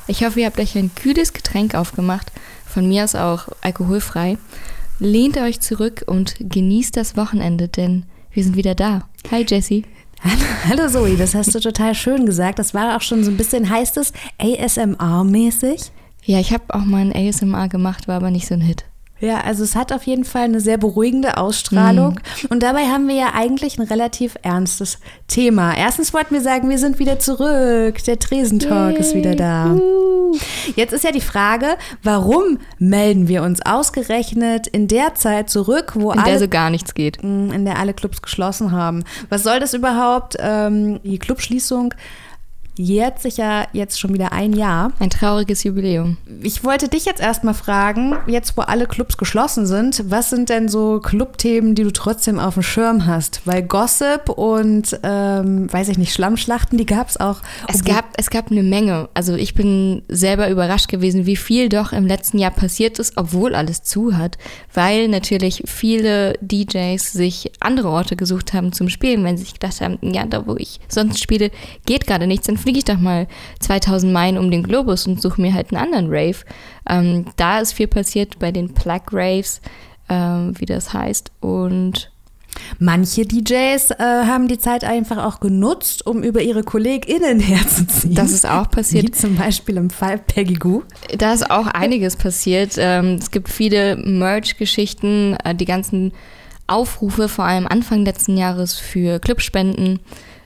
Ich hoffe, ihr habt euch ein kühles Getränk aufgemacht. Von mir aus auch alkoholfrei. Lehnt euch zurück und genießt das Wochenende, denn wir sind wieder da. Hi Jessie. Hallo Zoe, das hast du total schön gesagt. Das war auch schon so ein bisschen, heißt es, ASMR-mäßig? Ja, ich habe auch mal ein ASMR gemacht, war aber nicht so ein Hit. Ja, also es hat auf jeden Fall eine sehr beruhigende Ausstrahlung. Und dabei haben wir ja eigentlich ein relativ ernstes Thema. Erstens wollten wir sagen, wir sind wieder zurück. Der Tresentalk ist wieder da. Jetzt ist ja die Frage, warum melden wir uns ausgerechnet in der Zeit zurück, wo in der so gar nichts geht. In der alle Clubs geschlossen haben. Was soll das überhaupt? Die Clubschließung jährt sich ja jetzt schon wieder ein Jahr. Ein trauriges Jubiläum. Ich wollte dich jetzt erstmal fragen, jetzt wo alle Clubs geschlossen sind, was sind denn so Clubthemen, die du trotzdem auf dem Schirm hast? Weil Gossip und, weiß ich nicht, Schlammschlachten, die gab es auch. Es gab eine Menge. Also ich bin selber überrascht gewesen, wie viel doch im letzten Jahr passiert ist, obwohl alles zu hat. Weil natürlich viele DJs sich andere Orte gesucht haben zum Spielen, wenn sie sich gedacht haben, ja, da wo ich sonst spiele, geht gerade nichts, dann fliege ich doch mal 2000 Meilen um den Globus und suche mir halt einen anderen Rave. Da ist viel passiert bei den Plug Raves, wie das heißt. Und manche DJs haben die Zeit einfach auch genutzt, um über ihre KollegInnen herzuziehen. Das ist auch passiert. Wie zum Beispiel im Fall Peggy Gou. Da ist auch einiges passiert. Es gibt viele Merch-Geschichten, die ganzen Aufrufe, vor allem Anfang letzten Jahres für Clubspenden.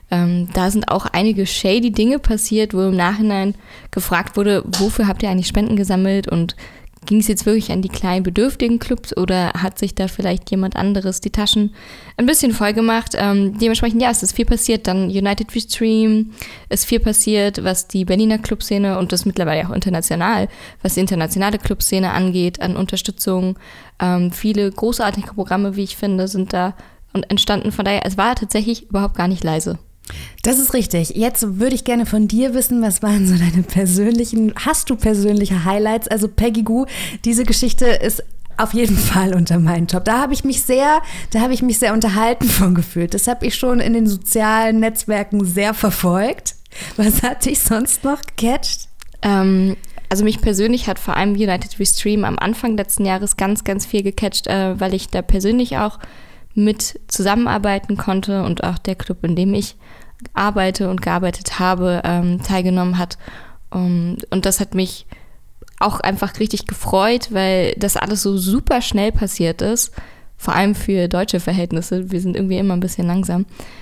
Da sind auch einige shady Dinge passiert, wo im Nachhinein gefragt wurde, wofür habt ihr eigentlich Spenden gesammelt und ging es jetzt wirklich an die kleinen bedürftigen Clubs oder hat sich da vielleicht jemand anderes die Taschen ein bisschen voll gemacht? Dementsprechend, ja, es ist viel passiert. Dann United We Stream ist viel passiert, was die Berliner Clubszene und das mittlerweile auch international, was die internationale Clubszene angeht, an Unterstützung. Viele großartige Programme, wie ich finde, sind da entstanden. Von daher, es war tatsächlich überhaupt gar nicht leise. Das ist richtig. Jetzt würde ich gerne von dir wissen, was waren so deine hast du persönliche Highlights? Also Peggy Gou, diese Geschichte ist auf jeden Fall unter meinen Top. Da habe ich mich sehr unterhalten von gefühlt. Das habe ich schon in den sozialen Netzwerken sehr verfolgt. Was hat dich sonst noch gecatcht? Also mich persönlich hat vor allem United We Stream am Anfang letzten Jahres ganz, ganz viel gecatcht, weil ich da persönlich auch mit zusammenarbeiten konnte und auch der Club, in dem ich arbeite und gearbeitet habe, teilgenommen hat. Und das hat mich auch einfach richtig gefreut, weil das alles so super schnell passiert ist. Vor allem für deutsche Verhältnisse. Wir sind irgendwie immer ein bisschen langsam.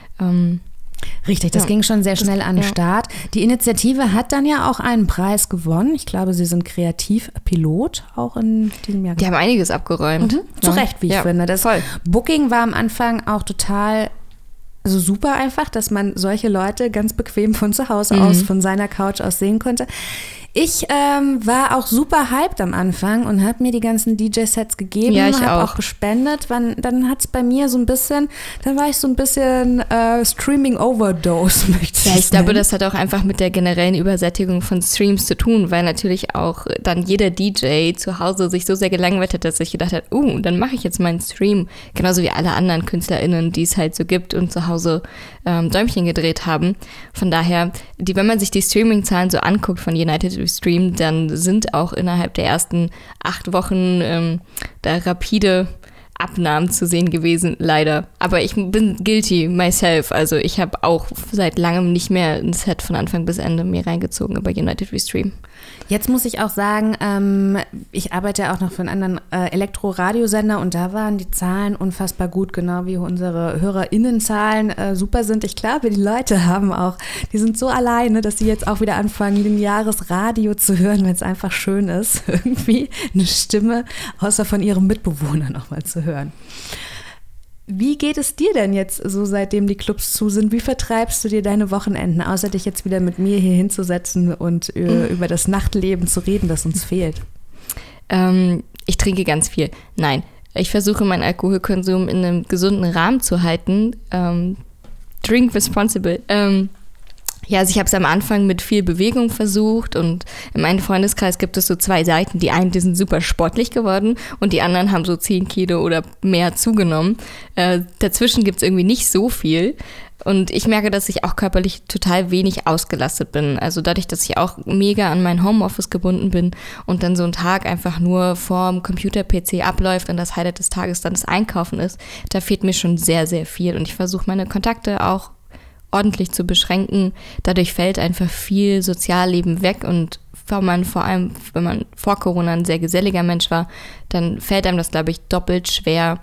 Richtig, das ging schon sehr schnell an den Start. Die Initiative hat dann ja auch einen Preis gewonnen. Ich glaube, sie sind Kreativpilot auch in diesem Jahr. Die haben einiges abgeräumt. Zu Recht, wie ich finde. Das voll. Booking war am Anfang auch total super einfach, dass man solche Leute ganz bequem von zu Hause aus, von seiner Couch aus sehen konnte. Ich war auch super hyped am Anfang und habe mir die ganzen DJ-Sets gegeben, habe auch gespendet. Dann hat es bei mir so ein bisschen, dann war ich so ein bisschen Streaming-Overdose, möchte ich sagen. Ich glaube, das hat auch einfach mit der generellen Übersättigung von Streams zu tun, weil natürlich auch dann jeder DJ zu Hause sich so sehr gelangweilt hat, dass sich gedacht hat, dann mache ich jetzt meinen Stream. Genauso wie alle anderen KünstlerInnen, die es halt so gibt und zu Hause Däumchen gedreht haben. Von daher, wenn man sich die Streaming-Zahlen so anguckt von United We Stream, dann sind auch innerhalb der ersten 8 Wochen da rapide Abnahmen zu sehen gewesen, leider. Aber ich bin guilty myself. Also ich habe auch seit langem nicht mehr ein Set von Anfang bis Ende mir reingezogen über United We Stream. Jetzt muss ich auch sagen, ich arbeite ja auch noch für einen anderen Elektro-Radiosender und da waren die Zahlen unfassbar gut, genau wie unsere HörerInnenzahlen super sind. Ich glaube, die Leute die sind so alleine, dass sie jetzt auch wieder anfangen, lineares Radio zu hören, wenn es einfach schön ist, irgendwie eine Stimme außer von ihrem Mitbewohner nochmal zu hören. Wie geht es dir denn jetzt so, seitdem die Clubs zu sind? Wie vertreibst du dir deine Wochenenden, außer dich jetzt wieder mit mir hier hinzusetzen und über das Nachtleben zu reden, das uns fehlt? Ich trinke ganz viel. Nein, ich versuche meinen Alkoholkonsum in einem gesunden Rahmen zu halten. Drink responsible. Ja, also ich habe es am Anfang mit viel Bewegung versucht und in meinem Freundeskreis gibt es so 2 Seiten. Die einen, die sind super sportlich geworden und die anderen haben so 10 Kilo oder mehr zugenommen. Dazwischen gibt es irgendwie nicht so viel und ich merke, dass ich auch körperlich total wenig ausgelastet bin. Also dadurch, dass ich auch mega an mein Homeoffice gebunden bin und dann so ein Tag einfach nur vorm Computer-PC abläuft und das Highlight des Tages dann das Einkaufen ist, da fehlt mir schon sehr, sehr viel und ich versuche meine Kontakte auch ordentlich zu beschränken. Dadurch fällt einfach viel Sozialleben weg und vor allem, wenn man vor Corona ein sehr geselliger Mensch war, dann fällt einem das, glaube ich, doppelt schwer,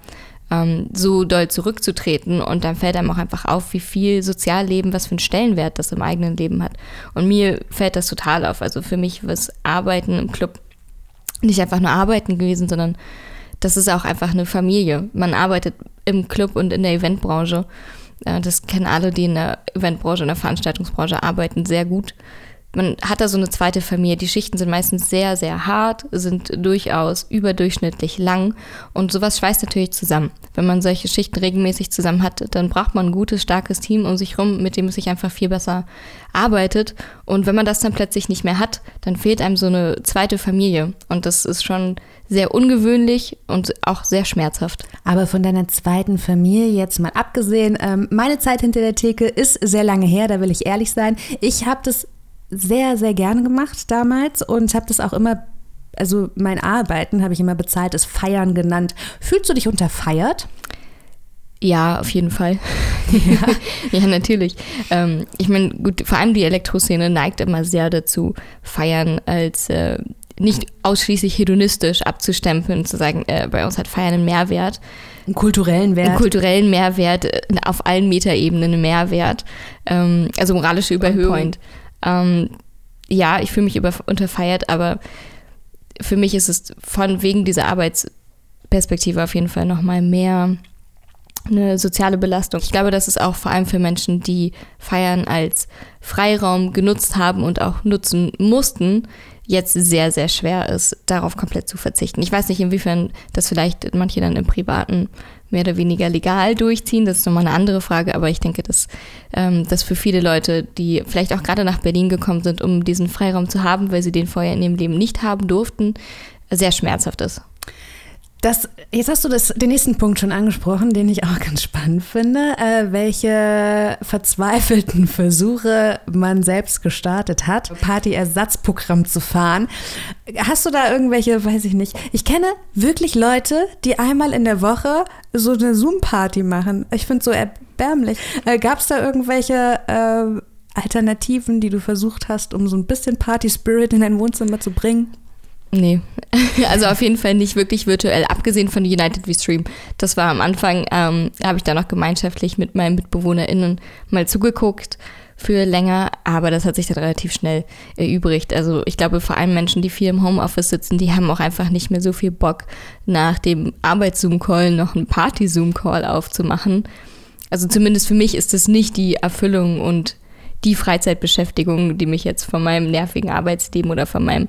so doll zurückzutreten und dann fällt einem auch einfach auf, wie viel Sozialleben, was für einen Stellenwert das im eigenen Leben hat. Und mir fällt das total auf. Also für mich war das Arbeiten im Club nicht einfach nur Arbeiten gewesen, sondern das ist auch einfach eine Familie. Man arbeitet im Club und in der Eventbranche. Das kennen alle, die in der Eventbranche, in der Veranstaltungsbranche arbeiten, sehr gut. Man hat da so eine zweite Familie. Die Schichten sind meistens sehr, sehr hart, sind durchaus überdurchschnittlich lang und sowas schweißt natürlich zusammen. Wenn man solche Schichten regelmäßig zusammen hat, dann braucht man ein gutes, starkes Team um sich rum, mit dem es sich einfach viel besser arbeitet. Und wenn man das dann plötzlich nicht mehr hat, dann fehlt einem so eine zweite Familie. Und das ist schon sehr ungewöhnlich und auch sehr schmerzhaft. Aber von deiner zweiten Familie jetzt mal abgesehen, meine Zeit hinter der Theke ist sehr lange her, da will ich ehrlich sein. Ich habe das sehr, sehr gerne gemacht damals und habe das auch immer, also mein Arbeiten habe ich immer bezahltes Feiern genannt. Fühlst du dich unterfeiert? Ja, auf jeden Fall. Ja, ja, natürlich. Ich meine, gut, vor allem die Elektroszene neigt immer sehr dazu, Feiern als nicht ausschließlich hedonistisch abzustempeln, zu sagen, bei uns hat Feiern einen Mehrwert. Einen kulturellen Wert. Einen kulturellen Mehrwert, auf allen Metaebenen einen Mehrwert. Also moralische Überhöhung. Ja, ich fühle mich unterfeiert, aber für mich ist es wegen dieser Arbeitsperspektive auf jeden Fall nochmal mehr eine soziale Belastung. Ich glaube, dass es auch vor allem für Menschen, die Feiern als Freiraum genutzt haben und auch nutzen mussten, jetzt sehr, sehr schwer ist, darauf komplett zu verzichten. Ich weiß nicht, inwiefern das vielleicht manche dann im Privaten mehr oder weniger legal durchziehen. Das ist nochmal eine andere Frage, aber ich denke, dass das für viele Leute, die vielleicht auch gerade nach Berlin gekommen sind, um diesen Freiraum zu haben, weil sie den vorher in ihrem Leben nicht haben durften, sehr schmerzhaft ist. Jetzt hast du den nächsten Punkt schon angesprochen, den ich auch ganz spannend finde, welche verzweifelten Versuche man selbst gestartet hat, Party-Ersatzprogramm zu fahren. Hast du da irgendwelche, weiß ich nicht, ich kenne wirklich Leute, die einmal in der Woche so eine Zoom-Party machen. Ich finde es so erbärmlich. Gab es da irgendwelche Alternativen, die du versucht hast, um so ein bisschen Party-Spirit in dein Wohnzimmer zu bringen? Nee, also auf jeden Fall nicht wirklich virtuell, abgesehen von United We Stream. Das war am Anfang, habe ich da noch gemeinschaftlich mit meinen MitbewohnerInnen mal zugeguckt für länger, aber das hat sich dann relativ schnell erübrigt. Also ich glaube, vor allem Menschen, die viel im Homeoffice sitzen, die haben auch einfach nicht mehr so viel Bock, nach dem Arbeits-Zoom-Call noch einen Party-Zoom-Call aufzumachen. Also zumindest für mich ist das nicht die Erfüllung und die Freizeitbeschäftigung, die mich jetzt von meinem nervigen Arbeitsleben oder von meinem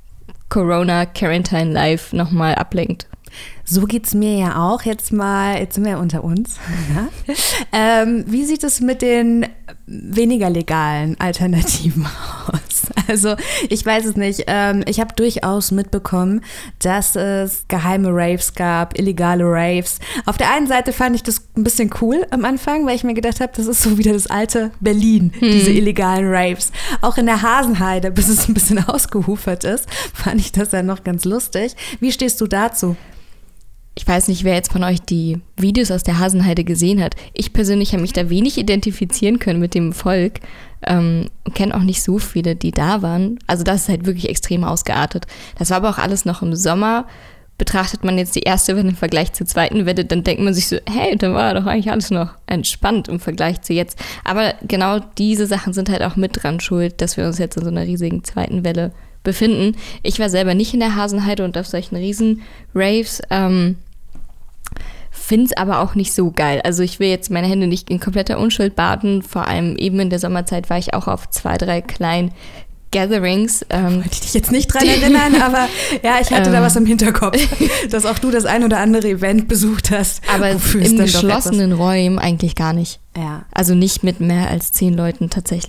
Corona-Quarantine-Life nochmal ablenkt. So geht's mir ja auch. Jetzt sind wir unter uns. Ja. Wie sieht es mit den weniger legalen Alternativen aus? Also ich weiß es nicht. Ich habe durchaus mitbekommen, dass es geheime Raves gab, illegale Raves. Auf der einen Seite fand ich das ein bisschen cool am Anfang, weil ich mir gedacht habe, das ist so wieder das alte Berlin, diese illegalen Raves. Auch in der Hasenheide, bis es ein bisschen ausgeufert ist, fand ich das ja noch ganz lustig. Wie stehst du dazu? Ich weiß nicht, wer jetzt von euch die Videos aus der Hasenheide gesehen hat. Ich persönlich habe mich da wenig identifizieren können mit dem Volk. Kenne auch nicht so viele, die da waren. Also das ist halt wirklich extrem ausgeartet. Das war aber auch alles noch im Sommer. Betrachtet man jetzt die erste Welle im Vergleich zur zweiten Welle, dann denkt man sich so, hey, da war doch eigentlich alles noch entspannt im Vergleich zu jetzt. Aber genau diese Sachen sind halt auch mit dran schuld, dass wir uns jetzt in so einer riesigen zweiten Welle befinden. Ich war selber nicht in der Hasenheide und auf solchen riesen Raves, finde es aber auch nicht so geil. Also ich will jetzt meine Hände nicht in kompletter Unschuld baden. Vor allem eben in der Sommerzeit war ich auch auf 2, 3 kleinen Gatherings. Wollte ich dich jetzt nicht dran erinnern, aber ja, ich hatte da was im Hinterkopf, dass auch du das ein oder andere Event besucht hast. Aber in geschlossenen Räumen eigentlich gar nicht. Ja. Also nicht mit mehr als 10 Leuten tatsächlich.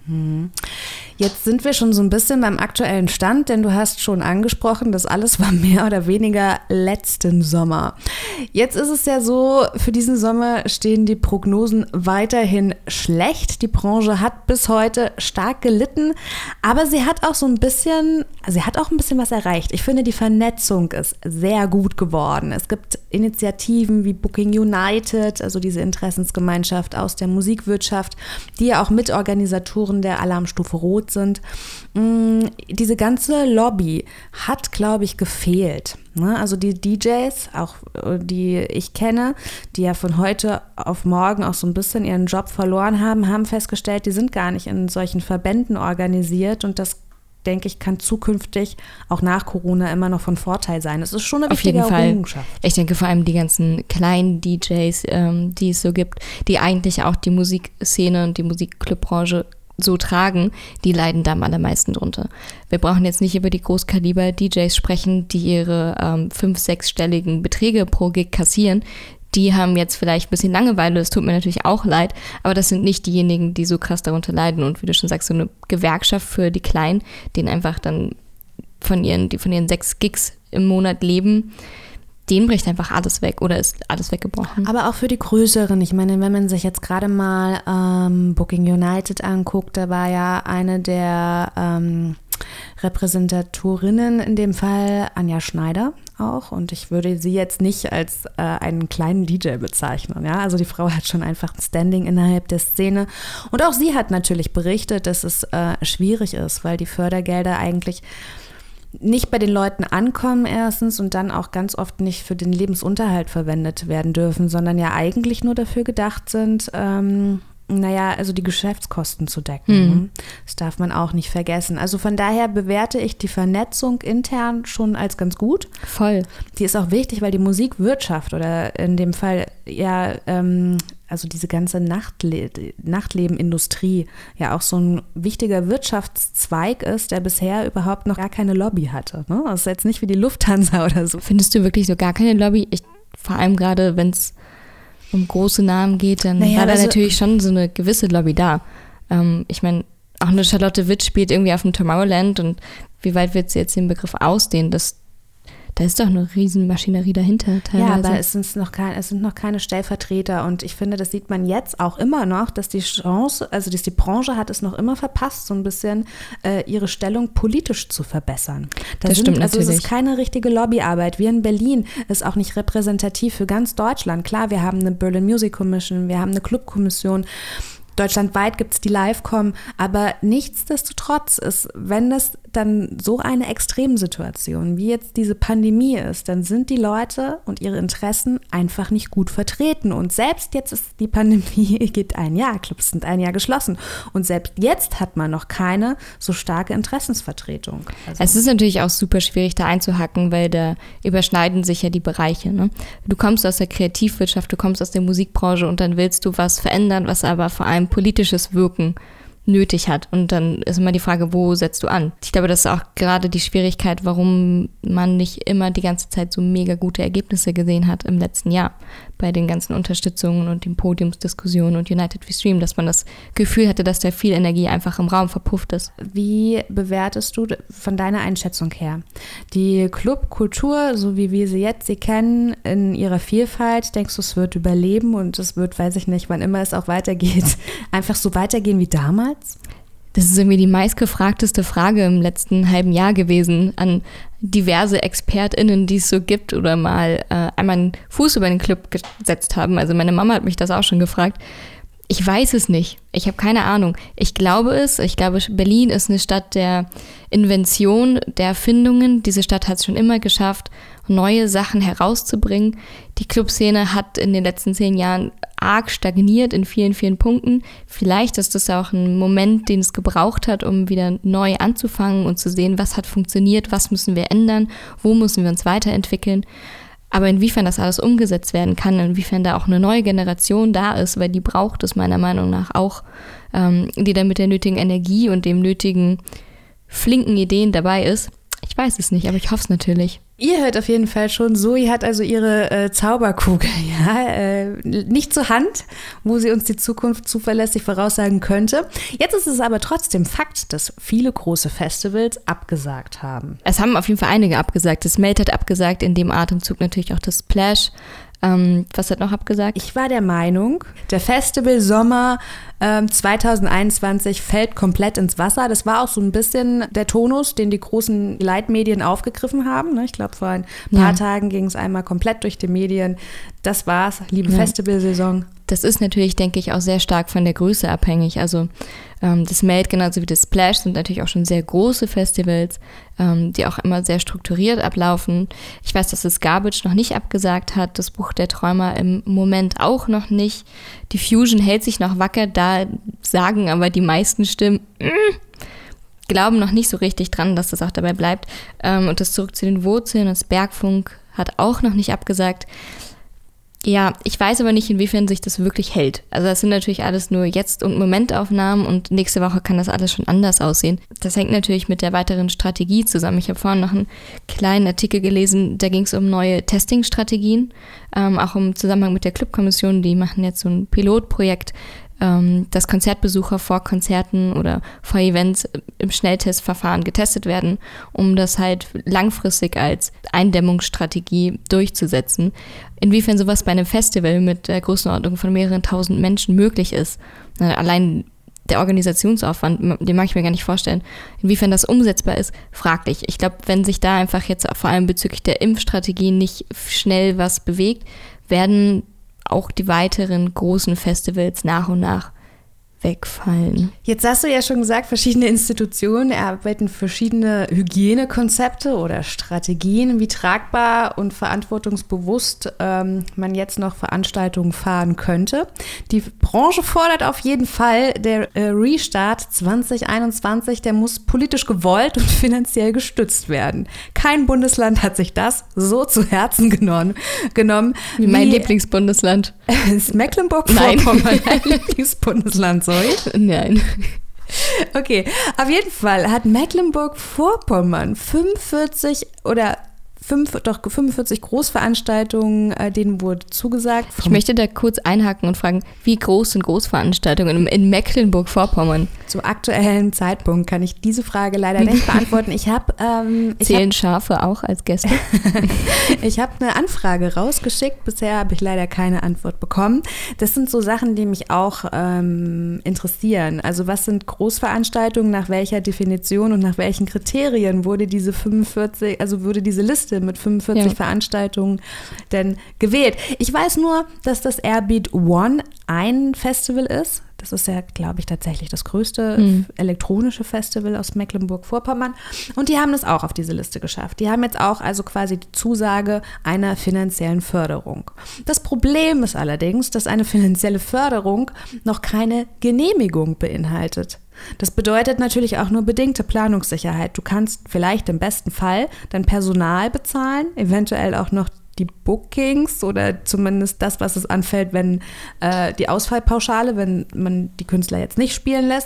Jetzt sind wir schon so ein bisschen beim aktuellen Stand, denn du hast schon angesprochen, das alles war mehr oder weniger letzten Sommer. Jetzt ist es ja so, für diesen Sommer stehen die Prognosen weiterhin schlecht. Die Branche hat bis heute stark gelitten, aber sie hat auch ein bisschen was erreicht. Ich finde, die Vernetzung ist sehr gut geworden. Es gibt Initiativen wie Booking United, also diese Interessensgemeinschaft aus der Musikwirtschaft, die ja auch Mitorganisatoren der Alarmstufe Rot sind. Diese ganze Lobby hat, glaube ich, gefehlt. Also die DJs, auch die ich kenne, die ja von heute auf morgen auch so ein bisschen ihren Job verloren haben festgestellt, die sind gar nicht in solchen Verbänden organisiert und das, denke ich, kann zukünftig auch nach Corona immer noch von Vorteil sein. Es ist schon eine wichtige Errungenschaft. Ich denke vor allem die ganzen kleinen DJs, die es so gibt, die eigentlich auch die Musikszene und die Musikclubbranche so tragen, die leiden da am allermeisten drunter. Wir brauchen jetzt nicht über die Großkaliber-DJs sprechen, die ihre 5-, 6-stelligen Beträge pro Gig kassieren. Die haben jetzt vielleicht ein bisschen Langeweile, das tut mir natürlich auch leid, aber das sind nicht diejenigen, die so krass darunter leiden. Und wie du schon sagst, so eine Gewerkschaft für die Kleinen, denen einfach dann die von ihren 6 Gigs im Monat leben, denen bricht einfach alles weg oder ist alles weggebrochen. Aber auch für die Größeren. Ich meine, wenn man sich jetzt gerade mal Booking United anguckt, da war ja eine der Repräsentatorinnen in dem Fall Anja Schneider auch. Und ich würde sie jetzt nicht als einen kleinen DJ bezeichnen. Ja? Also die Frau hat schon einfach ein Standing innerhalb der Szene. Und auch sie hat natürlich berichtet, dass es schwierig ist, weil die Fördergelder eigentlich nicht bei den Leuten ankommen erstens und dann auch ganz oft nicht für den Lebensunterhalt verwendet werden dürfen, sondern ja eigentlich nur dafür gedacht sind, also die Geschäftskosten zu decken. Das darf man auch nicht vergessen. Also von daher bewerte ich die Vernetzung intern schon als ganz gut. Voll. Die ist auch wichtig, weil die Musikwirtschaft oder in dem Fall also diese ganze Nachtlebenindustrie ja auch so ein wichtiger Wirtschaftszweig ist, der bisher überhaupt noch gar keine Lobby hatte. Ne? Das ist jetzt nicht wie die Lufthansa oder so. Findest du wirklich so gar keine Lobby? Vor allem gerade, wenn es um große Namen geht, dann war da natürlich schon so eine gewisse Lobby da. Ich meine, auch eine Charlotte Witt spielt irgendwie auf dem Tomorrowland und wie weit wird sie jetzt den Begriff ausdehnen? Da ist doch eine Riesenmaschinerie dahinter teilweise. Ja, aber es sind noch keine Stellvertreter und ich finde, das sieht man jetzt auch immer noch, dass die Branche hat es noch immer verpasst, so ein bisschen ihre Stellung politisch zu verbessern. Das stimmt natürlich. Also es ist keine richtige Lobbyarbeit. Wir in Berlin ist auch nicht repräsentativ für ganz Deutschland. Klar, wir haben eine Berlin Music Commission, wir haben eine Clubkommission. Deutschlandweit gibt es die Livecom, aber nichtsdestotrotz ist, wenn es dann so eine Extremsituation wie jetzt diese Pandemie ist, dann sind die Leute und ihre Interessen einfach nicht gut vertreten. Und selbst jetzt ist die Pandemie, geht ein Jahr, Clubs sind ein Jahr geschlossen. Und selbst jetzt hat man noch keine so starke Interessensvertretung. Also es ist natürlich auch super schwierig, da einzuhacken, weil da überschneiden sich ja die Bereiche. Ne? Du kommst aus der Kreativwirtschaft, du kommst aus der Musikbranche und dann willst du was verändern, was aber vor allem politisches Wirken nötig hat. Und dann ist immer die Frage, wo setzt du an? Ich glaube, das ist auch gerade die Schwierigkeit, warum man nicht immer die ganze Zeit so mega gute Ergebnisse gesehen hat im letzten Jahr bei den ganzen Unterstützungen und den Podiumsdiskussionen und United We Stream, dass man das Gefühl hatte, dass da viel Energie einfach im Raum verpufft ist. Wie bewertest du von deiner Einschätzung her die Clubkultur, so wie wir sie kennen, in ihrer Vielfalt? Denkst du, es wird überleben und es wird, weiß ich nicht, wann immer es auch weitergeht, einfach so weitergehen wie damals? Das ist irgendwie die meistgefragteste Frage im letzten halben Jahr gewesen an diverse ExpertInnen, die es so gibt oder mal einmal einen Fuß über den Club gesetzt haben. Also meine Mama hat mich das auch schon gefragt. Ich weiß es nicht. Ich habe keine Ahnung. Ich glaube es. Ich glaube, Berlin ist eine Stadt der Invention, der Erfindungen. Diese Stadt hat es schon immer geschafft, neue Sachen herauszubringen. Die Clubszene hat in den letzten 10 Jahren arg stagniert in vielen, vielen Punkten. Vielleicht ist das auch ein Moment, den es gebraucht hat, um wieder neu anzufangen und zu sehen, was hat funktioniert, was müssen wir ändern, wo müssen wir uns weiterentwickeln. Aber inwiefern das alles umgesetzt werden kann, inwiefern da auch eine neue Generation da ist, weil die braucht es meiner Meinung nach auch, die dann mit der nötigen Energie und dem nötigen flinken Ideen dabei ist. Ich weiß es nicht, aber ich hoffe es natürlich. Ihr hört auf jeden Fall schon, Zoe hat also ihre Zauberkugel, nicht zur Hand, wo sie uns die Zukunft zuverlässig voraussagen könnte. Jetzt ist es aber trotzdem Fakt, dass viele große Festivals abgesagt haben. Es haben auf jeden Fall einige abgesagt. Das Melt hat abgesagt, in dem Atemzug natürlich auch das Splash. Was hat noch abgesagt? Ich war der Meinung, der Festival Sommer 2021 fällt komplett ins Wasser. Das war auch so ein bisschen der Tonus, den die großen Leitmedien aufgegriffen haben. Ich glaube, vor ein paar Tagen ging es einmal komplett durch die Medien. Das war's, liebe Festivalsaison. Das ist natürlich, denke ich, auch sehr stark von der Größe abhängig. Also das Melt genauso wie das Splash sind natürlich auch schon sehr große Festivals, die auch immer sehr strukturiert ablaufen. Ich weiß, dass das Garbage noch nicht abgesagt hat, das Buch der Träumer im Moment auch noch nicht. Die Fusion hält sich noch wacker, da sagen aber die meisten Stimmen, glauben noch nicht so richtig dran, dass das auch dabei bleibt. Und das Zurück zu den Wurzeln, das Bergfunk hat auch noch nicht abgesagt. Ja, ich weiß aber nicht, inwiefern sich das wirklich hält. Also das sind natürlich alles nur Jetzt- und Momentaufnahmen und nächste Woche kann das alles schon anders aussehen. Das hängt natürlich mit der weiteren Strategie zusammen. Ich habe vorhin noch einen kleinen Artikel gelesen, da ging es um neue Testing-Strategien, auch im Zusammenhang mit der Clubkommission. Die machen jetzt so ein Pilotprojekt, dass Konzertbesucher vor Konzerten oder vor Events im Schnelltestverfahren getestet werden, um das halt langfristig als Eindämmungsstrategie durchzusetzen. Inwiefern sowas bei einem Festival mit der Größenordnung von mehreren tausend Menschen möglich ist, allein der Organisationsaufwand, den mag ich mir gar nicht vorstellen. Inwiefern das umsetzbar ist, fraglich. Ich glaube, wenn sich da einfach jetzt vor allem bezüglich der Impfstrategie nicht schnell was bewegt, werden auch die weiteren großen Festivals nach und nach wegfallen. Jetzt hast du ja schon gesagt, verschiedene Institutionen erarbeiten verschiedene Hygienekonzepte oder Strategien, wie tragbar und verantwortungsbewusst man jetzt noch Veranstaltungen fahren könnte. Die Branche fordert auf jeden Fall, der Restart 2021, der muss politisch gewollt und finanziell gestützt werden. Kein Bundesland hat sich das so zu Herzen genommen. Wie mein Lieblingsbundesland. Ist Mecklenburg-Vorpommern dein Lieblingsbundesland, so? Nein. Okay, auf jeden Fall hat Mecklenburg-Vorpommern 45 Großveranstaltungen, denen wurde zugesagt. Ich möchte da kurz einhaken und fragen, wie groß sind Großveranstaltungen in Mecklenburg-Vorpommern? Zum aktuellen Zeitpunkt kann ich diese Frage leider nicht beantworten. Zählen Schafe auch als Gäste? Ich habe eine Anfrage rausgeschickt. Bisher habe ich leider keine Antwort bekommen. Das sind so Sachen, die mich auch interessieren. Also was sind Großveranstaltungen, nach welcher Definition und nach welchen Kriterien wurde diese Liste mit 45 Veranstaltungen denn gewählt? Ich weiß nur, dass das Airbeat One ein Festival ist. Das ist ja, glaube ich, tatsächlich das größte elektronische Festival aus Mecklenburg-Vorpommern. Und die haben es auch auf diese Liste geschafft. Die haben jetzt auch also quasi die Zusage einer finanziellen Förderung. Das Problem ist allerdings, dass eine finanzielle Förderung noch keine Genehmigung beinhaltet. Das bedeutet natürlich auch nur bedingte Planungssicherheit. Du kannst vielleicht im besten Fall dein Personal bezahlen, eventuell auch noch die Bookings oder zumindest das, was es anfällt, wenn die Ausfallpauschale, wenn man die Künstler jetzt nicht spielen lässt.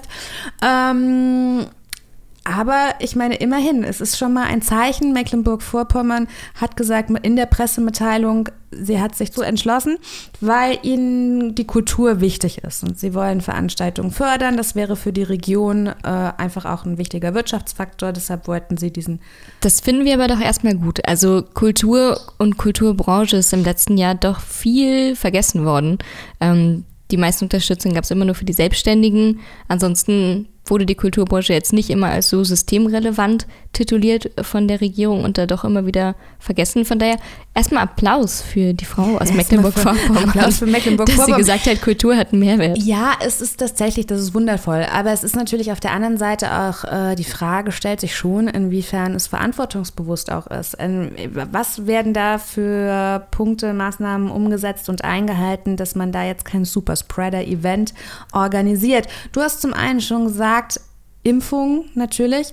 Aber ich meine, immerhin, es ist schon mal ein Zeichen. Mecklenburg-Vorpommern hat gesagt in der Pressemitteilung, sie hat sich so entschlossen, weil ihnen die Kultur wichtig ist. Und sie wollen Veranstaltungen fördern. Das wäre für die Region einfach auch ein wichtiger Wirtschaftsfaktor. Deshalb wollten sie diesen... Das finden wir aber doch erstmal gut. Also Kultur und Kulturbranche ist im letzten Jahr doch viel vergessen worden. Die meiste Unterstützung gab es immer nur für die Selbstständigen. Ansonsten wurde die Kulturbranche jetzt nicht immer als so systemrelevant tituliert von der Regierung und da doch immer wieder vergessen. Von daher erstmal Applaus für die Frau aus Mecklenburg-Vorpommern. Applaus für Mecklenburg-Vorpommern. Dass sie gesagt hat, Kultur hat einen Mehrwert. Ja, es ist tatsächlich, das ist wundervoll. Aber es ist natürlich auf der anderen Seite auch, die Frage stellt sich schon, inwiefern es verantwortungsbewusst auch ist. Was werden da für Punkte, Maßnahmen umgesetzt und eingehalten, dass man da jetzt kein Superspreader-Event organisiert? Du hast zum einen schon gesagt, Impfung natürlich.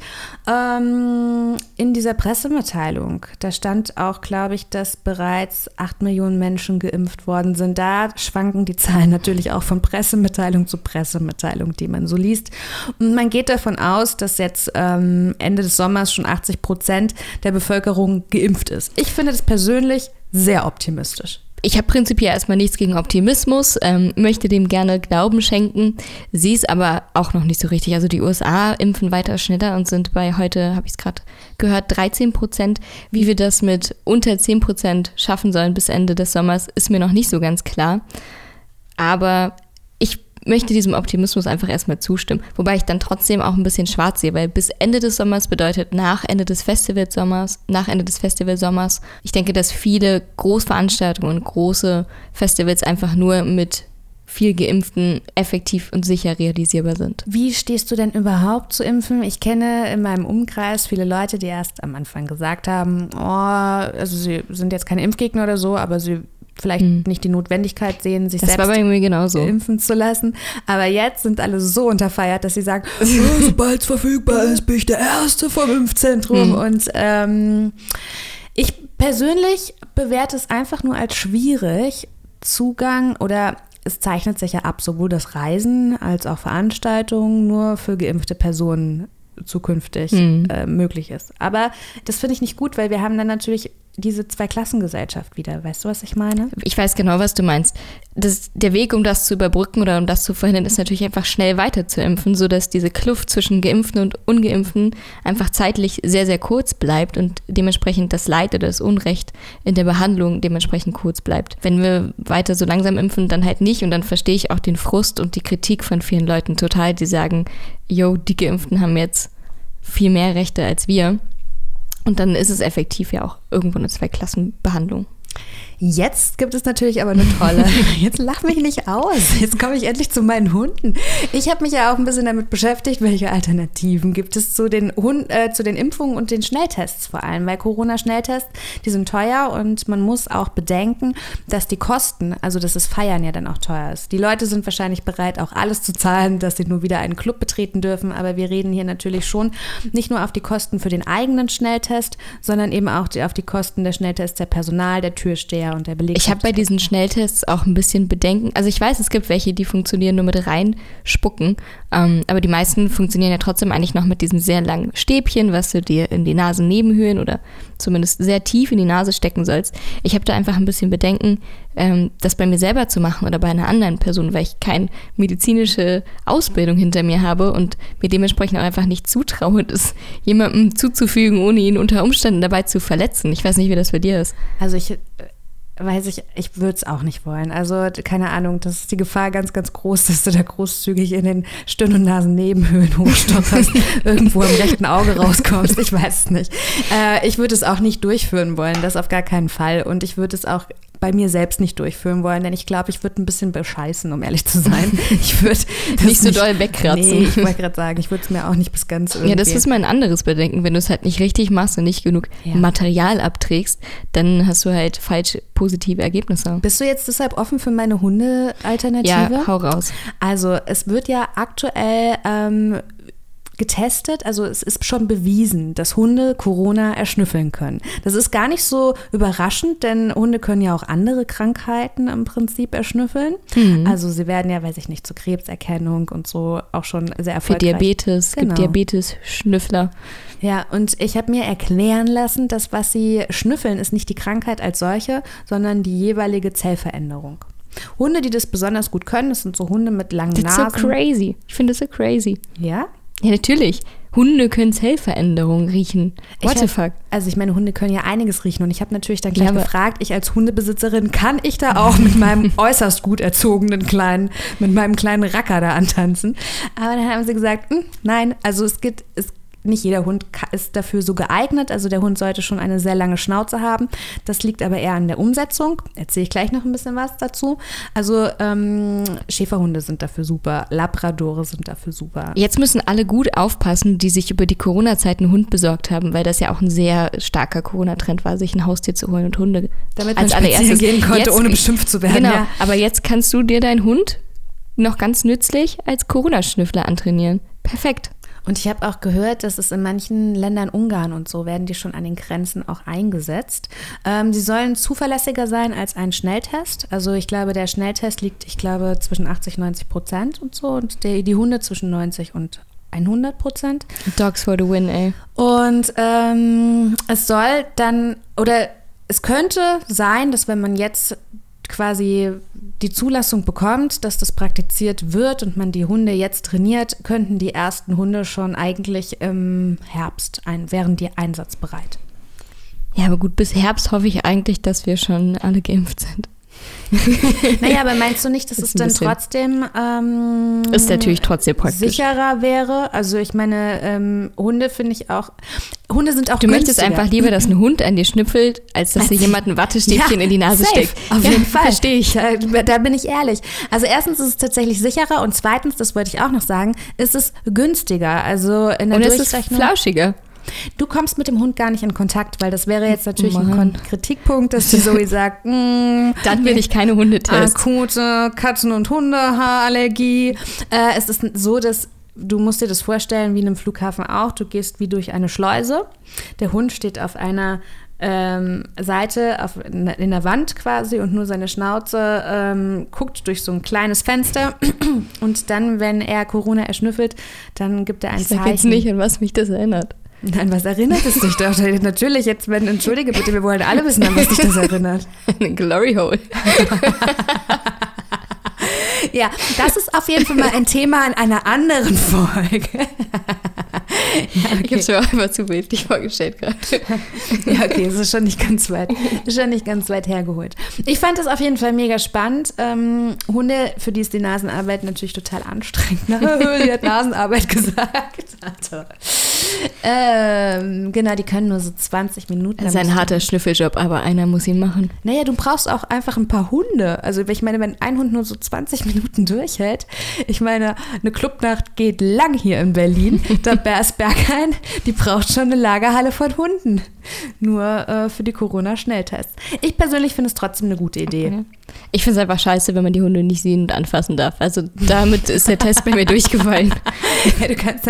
In dieser Pressemitteilung, da stand auch, glaube ich, dass bereits 8 Millionen Menschen geimpft worden sind. Da schwanken die Zahlen natürlich auch von Pressemitteilung zu Pressemitteilung, die man so liest. Und man geht davon aus, dass jetzt Ende des Sommers schon 80% der Bevölkerung geimpft ist. Ich finde das persönlich sehr optimistisch. Ich habe prinzipiell erstmal nichts gegen Optimismus, möchte dem gerne Glauben schenken, sehe es aber auch noch nicht so richtig. Also die USA impfen weiter schneller und sind bei heute, habe ich es gerade gehört, 13%. Wie wir das mit unter 10% schaffen sollen bis Ende des Sommers, ist mir noch nicht so ganz klar. Aber ich möchte diesem Optimismus einfach erstmal zustimmen. Wobei ich dann trotzdem auch ein bisschen schwarz sehe, weil bis Ende des Sommers bedeutet nach Ende des Festivalsommers. Ich denke, dass viele Großveranstaltungen und große Festivals einfach nur mit viel Geimpften effektiv und sicher realisierbar sind. Wie stehst du denn überhaupt zu Impfen? Ich kenne in meinem Umkreis viele Leute, die erst am Anfang gesagt haben, also sie sind jetzt keine Impfgegner oder so, aber sie vielleicht nicht die Notwendigkeit sehen, sich selbst impfen zu lassen. Aber jetzt sind alle so unterfeiert, dass sie sagen, sobald es verfügbar ist, bin ich der Erste vom Impfzentrum. Und ich persönlich bewerte es einfach nur als schwierig, Zugang oder es zeichnet sich ja ab, sowohl das Reisen als auch Veranstaltungen nur für geimpfte Personen zukünftig möglich ist. Aber das finde ich nicht gut, weil wir haben dann natürlich diese Zweiklassengesellschaft wieder. Weißt du, was ich meine? Ich weiß genau, was du meinst. Der Weg, um das zu überbrücken oder um das zu verhindern, ist natürlich einfach schnell weiter zu impfen, sodass diese Kluft zwischen Geimpften und Ungeimpften einfach zeitlich sehr, sehr kurz bleibt und dementsprechend das Leid oder das Unrecht in der Behandlung dementsprechend kurz bleibt. Wenn wir weiter so langsam impfen, dann halt nicht und dann verstehe ich auch den Frust und die Kritik von vielen Leuten total, die sagen, die Geimpften haben jetzt viel mehr Rechte als wir. Und dann ist es effektiv ja auch irgendwo eine Zweiklassenbehandlung. Jetzt gibt es natürlich aber eine tolle, jetzt lach mich nicht aus, jetzt komme ich endlich zu meinen Hunden. Ich habe mich ja auch ein bisschen damit beschäftigt, welche Alternativen gibt es zu den Impfungen und den Schnelltests vor allem, weil Corona-Schnelltests, die sind teuer und man muss auch bedenken, dass die Kosten, also dass das Feiern ja dann auch teuer ist. Die Leute sind wahrscheinlich bereit, auch alles zu zahlen, dass sie nur wieder einen Club betreten dürfen, aber wir reden hier natürlich schon nicht nur auf die Kosten für den eigenen Schnelltest, sondern eben auch auf die Kosten der Schnelltests der Personal, der Türsteher und der Belegschaft. Ich habe bei diesen Schnelltests auch ein bisschen Bedenken. Also ich weiß, es gibt welche, die funktionieren nur mit reinspucken, aber die meisten funktionieren ja trotzdem eigentlich noch mit diesem sehr langen Stäbchen, was du dir in die Nasennebenhöhlen oder zumindest sehr tief in die Nase stecken sollst. Ich habe da einfach ein bisschen Bedenken, das bei mir selber zu machen oder bei einer anderen Person, weil ich keine medizinische Ausbildung hinter mir habe und mir dementsprechend auch einfach nicht zutraue, das jemandem zuzufügen, ohne ihn unter Umständen dabei zu verletzen. Ich weiß nicht, wie das bei dir ist. Also ich würde es auch nicht wollen. Also keine Ahnung, das ist die Gefahr ganz, ganz groß, dass du da großzügig in den Stirn- und Nasennebenhöhlen hochstotterst, irgendwo im rechten Auge rauskommst. Ich weiß es nicht. Ich würde es auch nicht durchführen wollen, das auf gar keinen Fall. Und ich würde es auch bei mir selbst nicht durchführen wollen, denn ich glaube, ich würde ein bisschen bescheißen, um ehrlich zu sein. Ich würde nicht so doll wegkratzen. Nee, ich wollte gerade sagen, ich würde es mir auch nicht bis ganz irgendwie. Ja, das ist mal ein anderes Bedenken. Wenn du es halt nicht richtig machst und nicht genug Material abträgst, dann hast du halt falsch positive Ergebnisse. Bist du jetzt deshalb offen für meine Hunde-Alternative? Ja, hau raus. Also es wird ja aktuell getestet, also es ist schon bewiesen, dass Hunde Corona erschnüffeln können. Das ist gar nicht so überraschend, denn Hunde können ja auch andere Krankheiten im Prinzip erschnüffeln. Also sie werden ja, weiß ich nicht, zur Krebserkennung und so auch schon sehr erfolgreich. Für Diabetes, genau. Gibt Diabetes-Schnüffler. Ja, und ich habe mir erklären lassen, dass was sie schnüffeln, ist nicht die Krankheit als solche, sondern die jeweilige Zellveränderung. Hunde, die das besonders gut können, das sind so Hunde mit langen Nasen. That's so crazy. Ich finde das so crazy. Ja? Ja, natürlich. Hunde können Zellveränderungen riechen. What the fuck? Also ich meine, Hunde können ja einiges riechen und ich habe natürlich dann gleich gefragt, ich als Hundebesitzerin, kann ich da auch mit meinem äußerst gut erzogenen mit meinem kleinen Racker da antanzen? Aber dann haben sie gesagt, nein, also nicht jeder Hund ist dafür so geeignet, also der Hund sollte schon eine sehr lange Schnauze haben. Das liegt aber eher an der Umsetzung. Erzähle ich gleich noch ein bisschen was dazu. Also Schäferhunde sind dafür super, Labradore sind dafür super. Jetzt müssen alle gut aufpassen, die sich über die Corona-Zeit einen Hund besorgt haben, weil das ja auch ein sehr starker Corona-Trend war, sich ein Haustier zu holen und Hunde damit man als allererstes gehen konnte, ohne beschimpft zu werden. Genau, ja. Aber jetzt kannst du dir deinen Hund noch ganz nützlich als Corona-Schnüffler antrainieren. Perfekt. Und ich habe auch gehört, dass es in manchen Ländern, Ungarn und so, werden die schon an den Grenzen auch eingesetzt. Sie sollen zuverlässiger sein als ein Schnelltest. Also ich glaube, der Schnelltest liegt, zwischen 80-90% und so und die Hunde zwischen 90 und 100%. Dogs for the win, ey. Und es soll dann, oder es könnte sein, dass wenn man jetzt quasi die Zulassung bekommt, dass das praktiziert wird und man die Hunde jetzt trainiert, könnten die ersten Hunde schon eigentlich im Herbst wären die einsatzbereit. Ja, aber gut, bis Herbst hoffe ich eigentlich, dass wir schon alle geimpft sind. Naja, aber meinst du nicht, dass es dann trotzdem ist natürlich trotzdem praktisch. Sicherer wäre? Also ich meine, Hunde finde ich auch, Hunde sind auch Du günstiger. möchtest einfach lieber, dass ein Hund an dir schnüffelt, als dass dir jemand ein Wattestäbchen in die Nase steckt. Auf jeden Fall. Verstehe ich. Da bin ich ehrlich. Also erstens ist es tatsächlich sicherer und zweitens, das wollte ich auch noch sagen, ist es günstiger. Also in der Durchrechnung. Es ist flauschiger. Du kommst mit dem Hund gar nicht in Kontakt, weil das wäre jetzt natürlich ein Kritikpunkt, dass die Zoe sagt, dann will ich keine Hundetests. Akute Katzen- und Hundehaarallergie. Es ist so, dass du musst dir das vorstellen wie in einem Flughafen auch. Du gehst wie durch eine Schleuse. Der Hund steht auf einer Seite in der Wand quasi und nur seine Schnauze guckt durch so ein kleines Fenster und dann, wenn er Corona erschnüffelt, dann gibt er ein Zeichen. Ich sag jetzt nicht, an was mich das erinnert. Nein, was erinnert es dich doch? Natürlich, jetzt, entschuldige bitte, wir wollen alle wissen, an was dich das erinnert. Ein Glory Hole. Ja, das ist auf jeden Fall mal ein Thema in einer anderen Folge. Ja, okay. Ich habe es mir auch einfach zu bildlich vorgestellt gerade. Ja, okay, es ist schon nicht ganz weit hergeholt. Ich fand das auf jeden Fall mega spannend. Hunde, für die ist die Nasenarbeit natürlich total anstrengend. Ne? Die hat Nasenarbeit gesagt. Genau, die können nur so 20 Minuten. Das ist ein harter Schnüffeljob, aber einer muss ihn machen. Naja, du brauchst auch einfach ein paar Hunde. Also ich meine, wenn ein Hund nur so 20 Minuten durchhält, ich meine, eine Clubnacht geht lang hier in Berlin. Da ist Berghain, die braucht schon eine Lagerhalle von Hunden. Nur für die Corona-Schnelltests. Ich persönlich finde es trotzdem eine gute Idee. Okay. Ich finde es einfach scheiße, wenn man die Hunde nicht sehen und anfassen darf. Also damit ist der Test bei mir durchgefallen. Ja, du kannst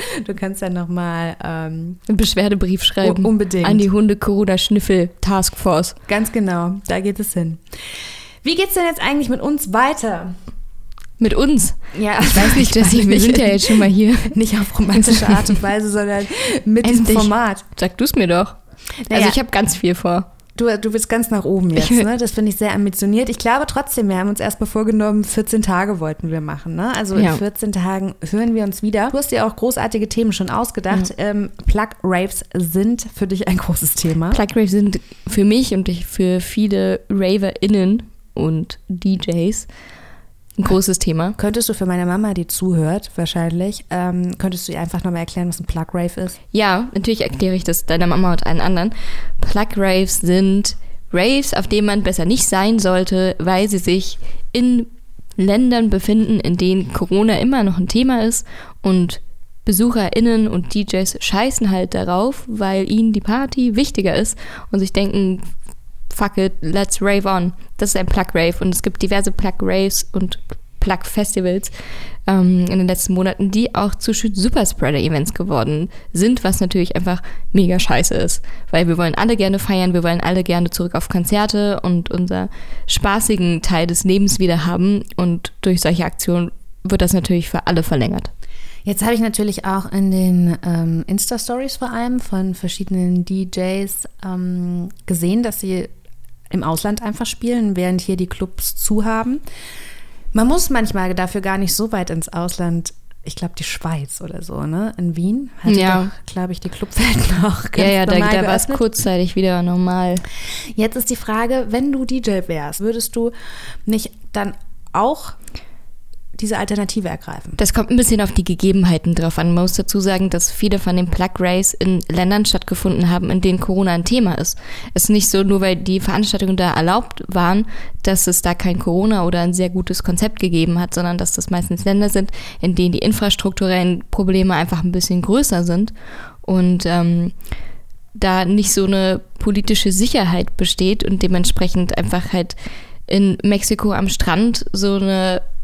dann noch mal einen Beschwerdebrief schreiben. Unbedingt. An die Hunde-Corona-Schnüffel-Taskforce. Ganz genau, da geht es hin. Wie geht's denn jetzt eigentlich mit uns weiter? Mit uns? Ja, ich weiß nicht, wir sind ja jetzt schon mal hier. Nicht auf romantische Art und Weise, sondern mit diesem Format. Sag du es mir doch. Also ich habe ganz viel vor. Du willst ganz nach oben jetzt, ne? Das finde ich sehr ambitioniert. Ich glaube trotzdem, wir haben uns erstmal vorgenommen, 14 Tage wollten wir machen, ne? Also in 14 Tagen hören wir uns wieder. Du hast dir auch großartige Themen schon ausgedacht. Ja. Plug-Raves sind für dich ein großes Thema. Plug-Raves sind für mich und für viele RaverInnen und DJs ein großes Thema. Könntest du für meine Mama, die zuhört, wahrscheinlich, könntest du ihr einfach nochmal erklären, was ein Plug-Rave ist? Ja, natürlich erkläre ich das deiner Mama und allen anderen. Plug-Raves sind Raves, auf denen man besser nicht sein sollte, weil sie sich in Ländern befinden, in denen Corona immer noch ein Thema ist und BesucherInnen und DJs scheißen halt darauf, weil ihnen die Party wichtiger ist und sich denken, fuck it, let's rave on. Das ist ein Plug-Rave und es gibt diverse Plug-Raves und Plug-Festivals in den letzten Monaten, die auch zu Superspreader-Events geworden sind, was natürlich einfach mega scheiße ist, weil wir wollen alle gerne feiern, wir wollen alle gerne zurück auf Konzerte und unser spaßigen Teil des Lebens wieder haben und durch solche Aktionen wird das natürlich für alle verlängert. Jetzt habe ich natürlich auch in den Insta-Stories vor allem von verschiedenen DJs gesehen, dass sie im Ausland einfach spielen, während hier die Clubs zu haben. Man muss manchmal dafür gar nicht so weit ins Ausland, ich glaube die Schweiz oder so, ne? In Wien hatte doch, glaube ich, die Clubwelt noch ganz normal da war es kurzzeitig wieder normal. Jetzt ist die Frage, wenn du DJ wärst, würdest du nicht dann auch diese Alternative ergreifen? Das kommt ein bisschen auf die Gegebenheiten drauf an. Man muss dazu sagen, dass viele von den Plug-Raves in Ländern stattgefunden haben, in denen Corona ein Thema ist. Es ist nicht so, nur weil die Veranstaltungen da erlaubt waren, dass es da kein Corona oder ein sehr gutes Konzept gegeben hat, sondern dass das meistens Länder sind, in denen die infrastrukturellen Probleme einfach ein bisschen größer sind und da nicht so eine politische Sicherheit besteht und dementsprechend einfach halt in Mexiko am Strand so eine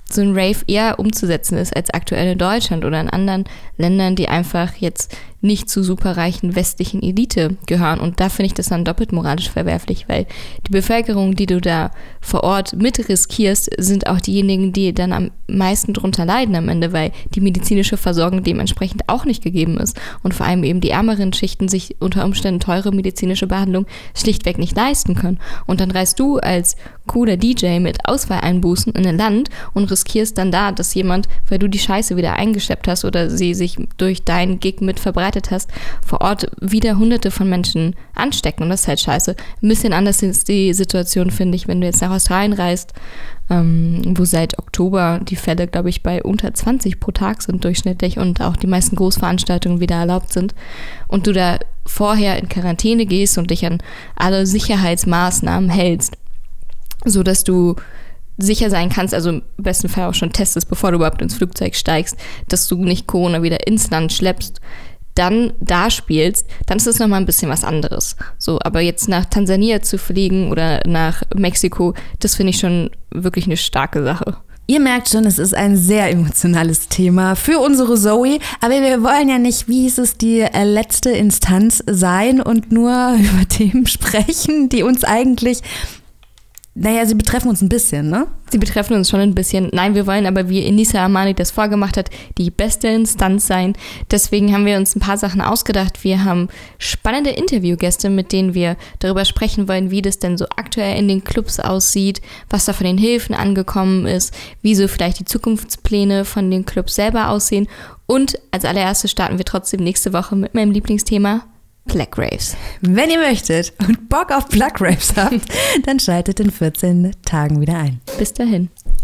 so ein Rave eher umzusetzen ist als aktuell in Deutschland oder in anderen Ländern, die einfach jetzt nicht zu superreichen westlichen Elite gehören. Und da finde ich das dann doppelt moralisch verwerflich, weil die Bevölkerung, die du da vor Ort mit riskierst, sind auch diejenigen, die dann am meisten drunter leiden am Ende, weil die medizinische Versorgung dementsprechend auch nicht gegeben ist. Und vor allem eben die ärmeren Schichten sich unter Umständen teure medizinische Behandlung schlichtweg nicht leisten können. Und dann reist du als cooler DJ mit Auswahleinbußen in ein Land und riskierst dann da, dass jemand, weil du die Scheiße wieder eingeschleppt hast oder sie sich durch deinen Gig mit verbreitet hast, vor Ort wieder Hunderte von Menschen anstecken. Und das ist halt scheiße. Ein bisschen anders ist die Situation, finde ich, wenn du jetzt nach Australien reist, wo seit Oktober die Fälle, glaube ich, bei unter 20 pro Tag sind durchschnittlich und auch die meisten Großveranstaltungen wieder erlaubt sind und du da vorher in Quarantäne gehst und dich an alle Sicherheitsmaßnahmen hältst, sodass du sicher sein kannst, also im besten Fall auch schon testest, bevor du überhaupt ins Flugzeug steigst, dass du nicht Corona wieder ins Land schleppst, dann da spielst, dann ist es nochmal ein bisschen was anderes. So, aber jetzt nach Tansania zu fliegen oder nach Mexiko, das finde ich schon wirklich eine starke Sache. Ihr merkt schon, es ist ein sehr emotionales Thema für unsere Zoe, aber wir wollen ja nicht, wie hieß es, die letzte Instanz sein und nur über Themen sprechen, die uns eigentlich, naja, sie betreffen uns ein bisschen, ne? Sie betreffen uns schon ein bisschen. Nein, wir wollen aber, wie Enisa Amani das vorgemacht hat, die beste Instanz sein. Deswegen haben wir uns ein paar Sachen ausgedacht. Wir haben spannende Interviewgäste, mit denen wir darüber sprechen wollen, wie das denn so aktuell in den Clubs aussieht, was da von den Hilfen angekommen ist, wie so vielleicht die Zukunftspläne von den Clubs selber aussehen. Und als allererstes starten wir trotzdem nächste Woche mit meinem Lieblingsthema, Black Raves. Wenn ihr möchtet und Bock auf Black Raves habt, dann schaltet in 14 Tagen wieder ein. Bis dahin.